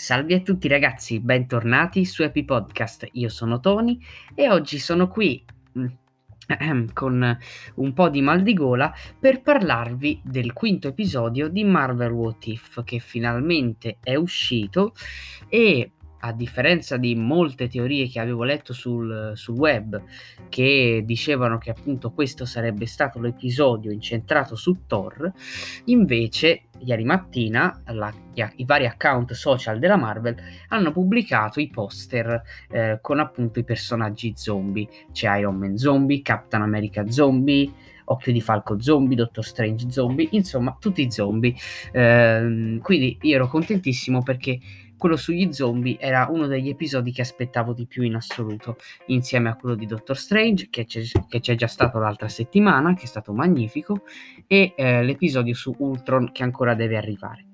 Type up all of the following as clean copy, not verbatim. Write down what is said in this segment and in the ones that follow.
Salve a tutti ragazzi, bentornati su Happy Podcast. Io sono Tony e oggi sono qui con un po' di mal di gola per parlarvi del quinto episodio di Marvel What If, che finalmente è uscito e, a differenza di molte teorie che avevo letto sul web che dicevano che appunto questo sarebbe stato l'episodio incentrato su Thor, invece ieri mattina i vari account social della Marvel hanno pubblicato i poster con appunto i personaggi zombie. C'è Iron Man zombie, Captain America zombie, Occhio di Falco zombie, Doctor Strange zombie, insomma tutti zombie. Quindi io ero contentissimo perché quello sugli zombie era uno degli episodi che aspettavo di più in assoluto, insieme a quello di Doctor Strange che c'è già stato l'altra settimana, che è stato magnifico, e l'episodio su Ultron che ancora deve arrivare.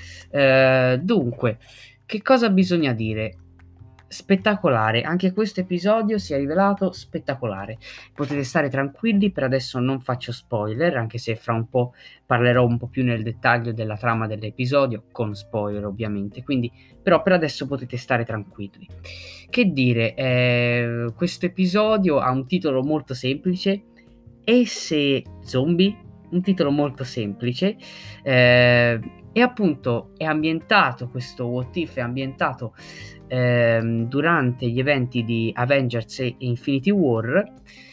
Dunque, che cosa bisogna dire? Spettacolare, anche questo episodio si è rivelato spettacolare. Potete stare tranquilli, per adesso non faccio spoiler, anche se fra un po' parlerò un po' più nel dettaglio della trama dell'episodio, con spoiler ovviamente, quindi però per adesso potete stare tranquilli. Che dire, questo episodio ha un titolo molto semplice, E se zombie? Un titolo molto semplice, e appunto è ambientato, questo What If è ambientato durante gli eventi di Avengers e Infinity War,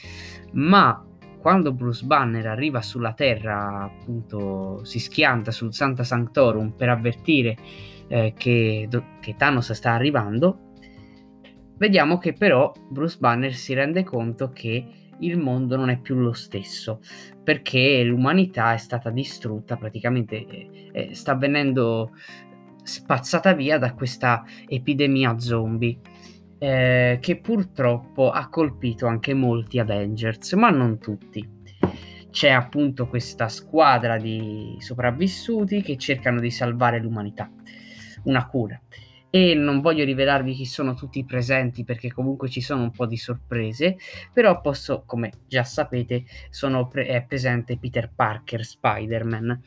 ma quando Bruce Banner arriva sulla Terra, appunto si schianta sul Santa Sanctorum per avvertire che Thanos sta arrivando, vediamo che però Bruce Banner si rende conto che il mondo non è più lo stesso, perché l'umanità è stata distrutta, praticamente sta venendo spazzata via da questa epidemia zombie, che purtroppo ha colpito anche molti Avengers, ma non tutti. C'è appunto questa squadra di sopravvissuti che cercano di salvare l'umanità, una cura. E non voglio rivelarvi chi sono tutti i presenti perché comunque ci sono un po' di sorprese, però posso, come già sapete, è presente Peter Parker, Spider-Man.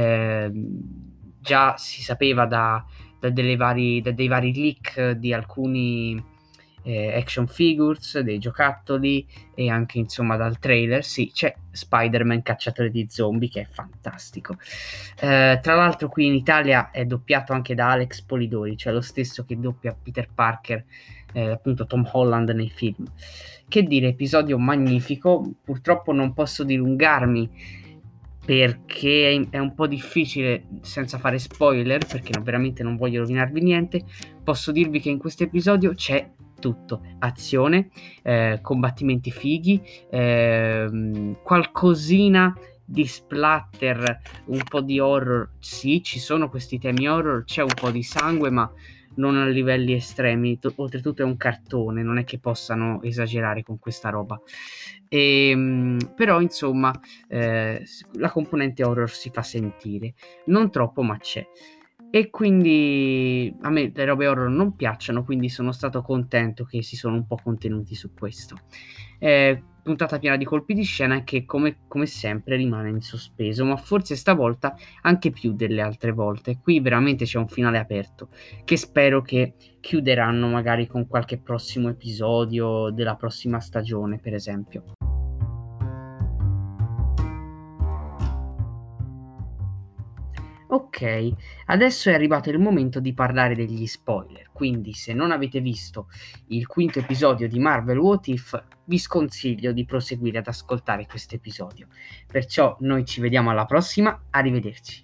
Già si sapeva da dei vari leak di alcuni action figures, dei giocattoli e anche insomma dal trailer. Sì, c'è Spider-Man cacciatore di zombie che è fantastico. Tra l'altro qui in Italia è doppiato anche da Alex Polidori, cioè lo stesso che doppia Peter Parker, appunto Tom Holland nei film. Che dire, episodio magnifico. Purtroppo non posso dilungarmi perché è un po' difficile senza fare spoiler, perché veramente non voglio rovinarvi niente. Posso dirvi che in questo episodio c'è tutto: azione, combattimenti fighi, qualcosina di splatter, un po' di horror. Sì, ci sono questi temi horror, c'è un po' di sangue, ma non a livelli estremi. Oltretutto è un cartone, non è che possano esagerare con questa roba. Però insomma la componente horror si fa sentire, non troppo ma c'è. E quindi a me le robe horror non piacciono, quindi sono stato contento che si sono un po' contenuti su questo. Puntata piena di colpi di scena che come sempre rimane in sospeso, ma forse stavolta anche più delle altre volte. Qui veramente c'è un finale aperto che spero che chiuderanno magari con qualche prossimo episodio della prossima stagione, per esempio. Ok, adesso è arrivato il momento di parlare degli spoiler, quindi se non avete visto il quinto episodio di Marvel What If, vi sconsiglio di proseguire ad ascoltare questo episodio. Perciò noi ci vediamo alla prossima, arrivederci.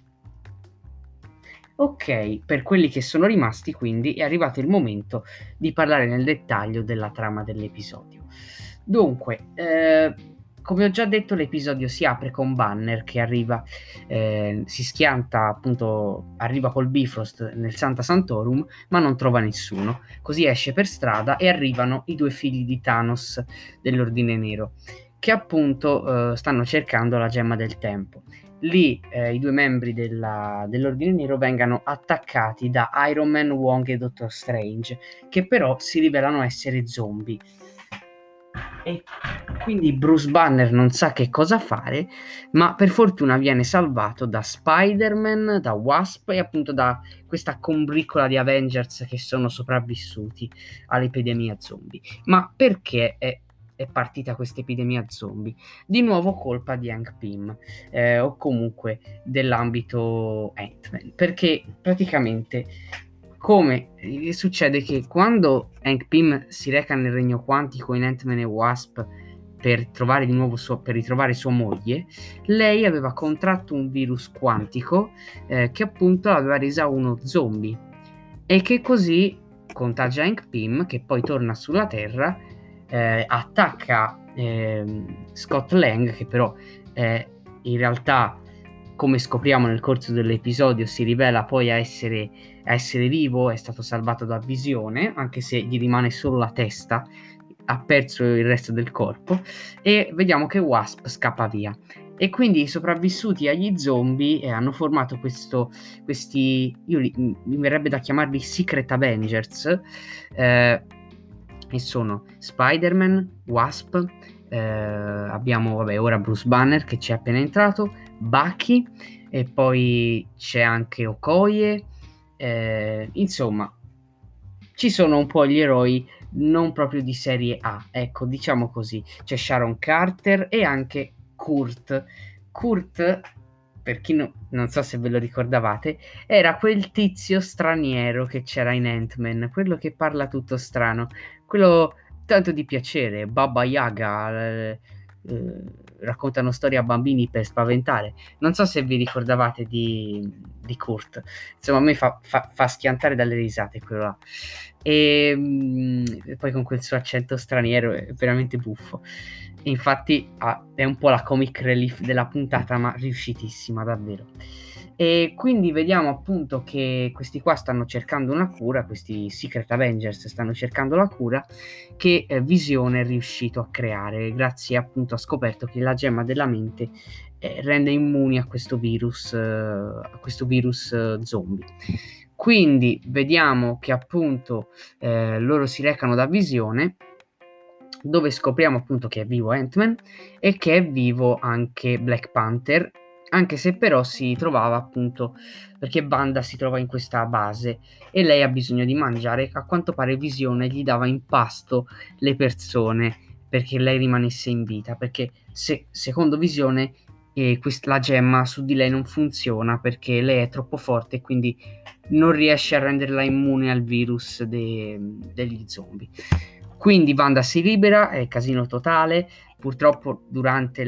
Ok, per quelli che sono rimasti, quindi è arrivato il momento di parlare nel dettaglio della trama dell'episodio. Dunque, come ho già detto, l'episodio si apre con Banner che arriva, si schianta, appunto, arriva col Bifrost nel Santa Santorum, ma non trova nessuno. Così esce per strada e arrivano i due figli di Thanos dell'Ordine Nero, che appunto stanno cercando la gemma del tempo. Lì i due membri dell'Ordine Nero vengano attaccati da Iron Man, Wong e Doctor Strange, che però si rivelano essere zombie. E quindi Bruce Banner non sa che cosa fare, ma per fortuna viene salvato da Spider-Man, da Wasp e appunto da questa combriccola di Avengers che sono sopravvissuti all'epidemia zombie. Ma perché è partita questa epidemia zombie? Di nuovo colpa di Hank Pym, o comunque dell'ambito Ant-Man, perché praticamente come succede che quando Hank Pym si reca nel regno quantico in Ant-Man e Wasp per trovare di nuovo per ritrovare sua moglie, lei aveva contratto un virus quantico che appunto l'aveva resa uno zombie e che così contagia Hank Pym, che poi torna sulla Terra, attacca Scott Lang, che però in realtà, come scopriamo nel corso dell'episodio, si rivela poi a essere vivo, è stato salvato da Visione, anche se gli rimane solo la testa, ha perso il resto del corpo, e vediamo che Wasp scappa via. E quindi i sopravvissuti agli zombie hanno formato questi, mi verrebbe da chiamarli Secret Avengers, e sono Spider-Man, Wasp, abbiamo ora Bruce Banner che ci è appena entrato, Bucky, e poi c'è anche Okoye, insomma ci sono un po' gli eroi non proprio di serie A, ecco, diciamo così. C'è Sharon Carter e anche Kurt. Kurt, per chi non so se ve lo ricordavate, era quel tizio straniero che c'era in Ant-Man, quello che parla tutto strano, quello tanto di piacere, Baba Yaga, raccontano storie a bambini per spaventare. Non so se vi ricordavate di Kurt, insomma a me fa schiantare dalle risate quello là. E poi con quel suo accento straniero è veramente buffo. E infatti è un po' la comic relief della puntata, ma riuscitissima davvero. E quindi vediamo appunto che questi qua stanno cercando una cura, questi Secret Avengers stanno cercando la cura che Visione è riuscito a creare, grazie appunto a scoperto che la gemma della mente rende immuni a questo virus zombie. Quindi vediamo che appunto loro si recano da Visione, dove scopriamo appunto che è vivo Ant-Man e che è vivo anche Black Panther, anche se però si trovava appunto, perché Wanda si trova in questa base e lei ha bisogno di mangiare. A quanto pare Visione gli dava in pasto le persone perché lei rimanesse in vita, perché secondo Visione la gemma su di lei non funziona perché lei è troppo forte e quindi non riesce a renderla immune al virus degli zombie. Quindi Wanda si libera, è casino totale. Purtroppo durante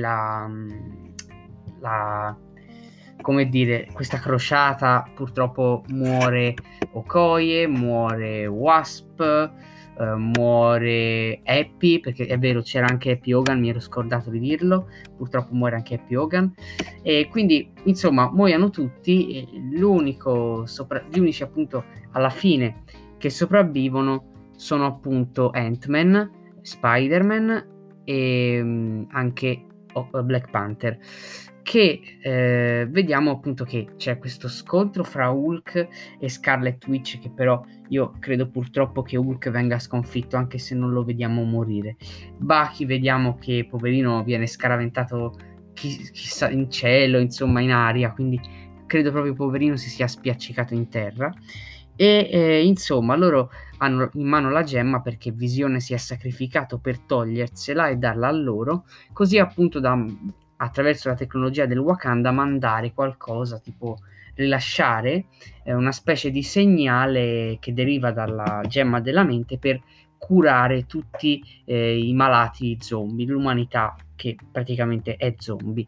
come dire, questa crociata purtroppo muore Okoye, muore Wasp, muore Happy, perché è vero c'era anche Happy Hogan, mi ero scordato di dirlo, purtroppo muore anche Happy Hogan, e quindi insomma muoiono tutti. Gli unici appunto alla fine che sopravvivono sono appunto Ant-Man, Spider-Man e anche Black Panther, che vediamo appunto che c'è questo scontro fra Hulk e Scarlet Witch, che però io credo purtroppo che Hulk venga sconfitto anche se non lo vediamo morire. Bucky vediamo che poverino viene scaraventato chissà in cielo, insomma in aria, quindi credo proprio poverino si sia spiaccicato in terra. E insomma loro hanno in mano la gemma perché Visione si è sacrificato per togliersela e darla a loro, così appunto da attraverso la tecnologia del Wakanda mandare qualcosa, tipo rilasciare una specie di segnale che deriva dalla gemma della mente per curare tutti i malati zombie, l'umanità che praticamente è zombie.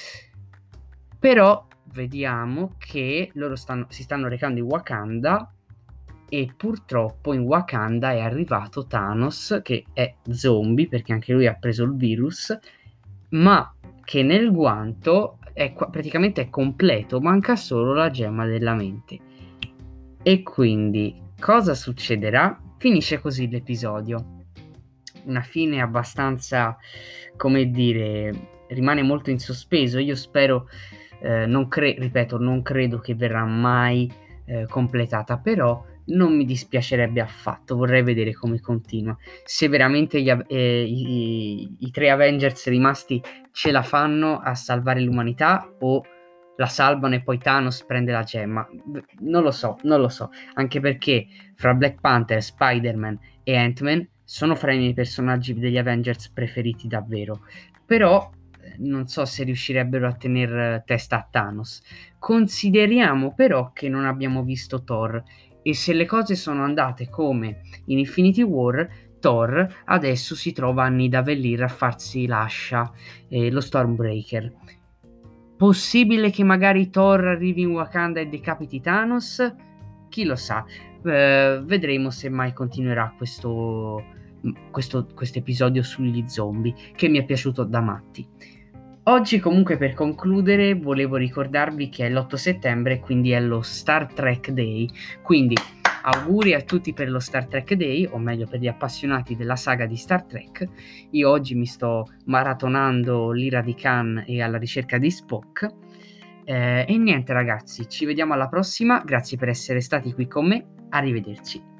Però vediamo che loro si stanno recando in Wakanda e purtroppo in Wakanda è arrivato Thanos, che è zombie perché anche lui ha preso il virus, ma che nel guanto praticamente è completo, manca solo la gemma della mente. E quindi cosa succederà? Finisce così l'episodio. Una fine abbastanza, come dire, rimane molto in sospeso. Io spero, ripeto, non credo che verrà mai completata, però non mi dispiacerebbe affatto, vorrei vedere come continua. Se veramente i tre Avengers rimasti ce la fanno a salvare l'umanità o la salvano e poi Thanos prende la gemma. Non lo so, anche perché fra Black Panther, Spider-Man e Ant-Man sono fra i miei personaggi degli Avengers preferiti davvero, però non so se riuscirebbero a tenere testa a Thanos. Consideriamo però che non abbiamo visto Thor e se le cose sono andate come in Infinity War, Thor adesso si trova a Nidavellir a farsi l'ascia, lo Stormbreaker. Possibile che magari Thor arrivi in Wakanda e decapiti Thanos? Chi lo sa. Vedremo se mai continuerà questo episodio sugli zombie, che mi è piaciuto da matti. Oggi comunque, per concludere, volevo ricordarvi che è l'8 settembre, quindi è lo Star Trek Day, quindi auguri a tutti per lo Star Trek Day, o meglio per gli appassionati della saga di Star Trek. Io oggi mi sto maratonando l'Ira di Khan e alla ricerca di Spock. E niente ragazzi, ci vediamo alla prossima, grazie per essere stati qui con me, arrivederci.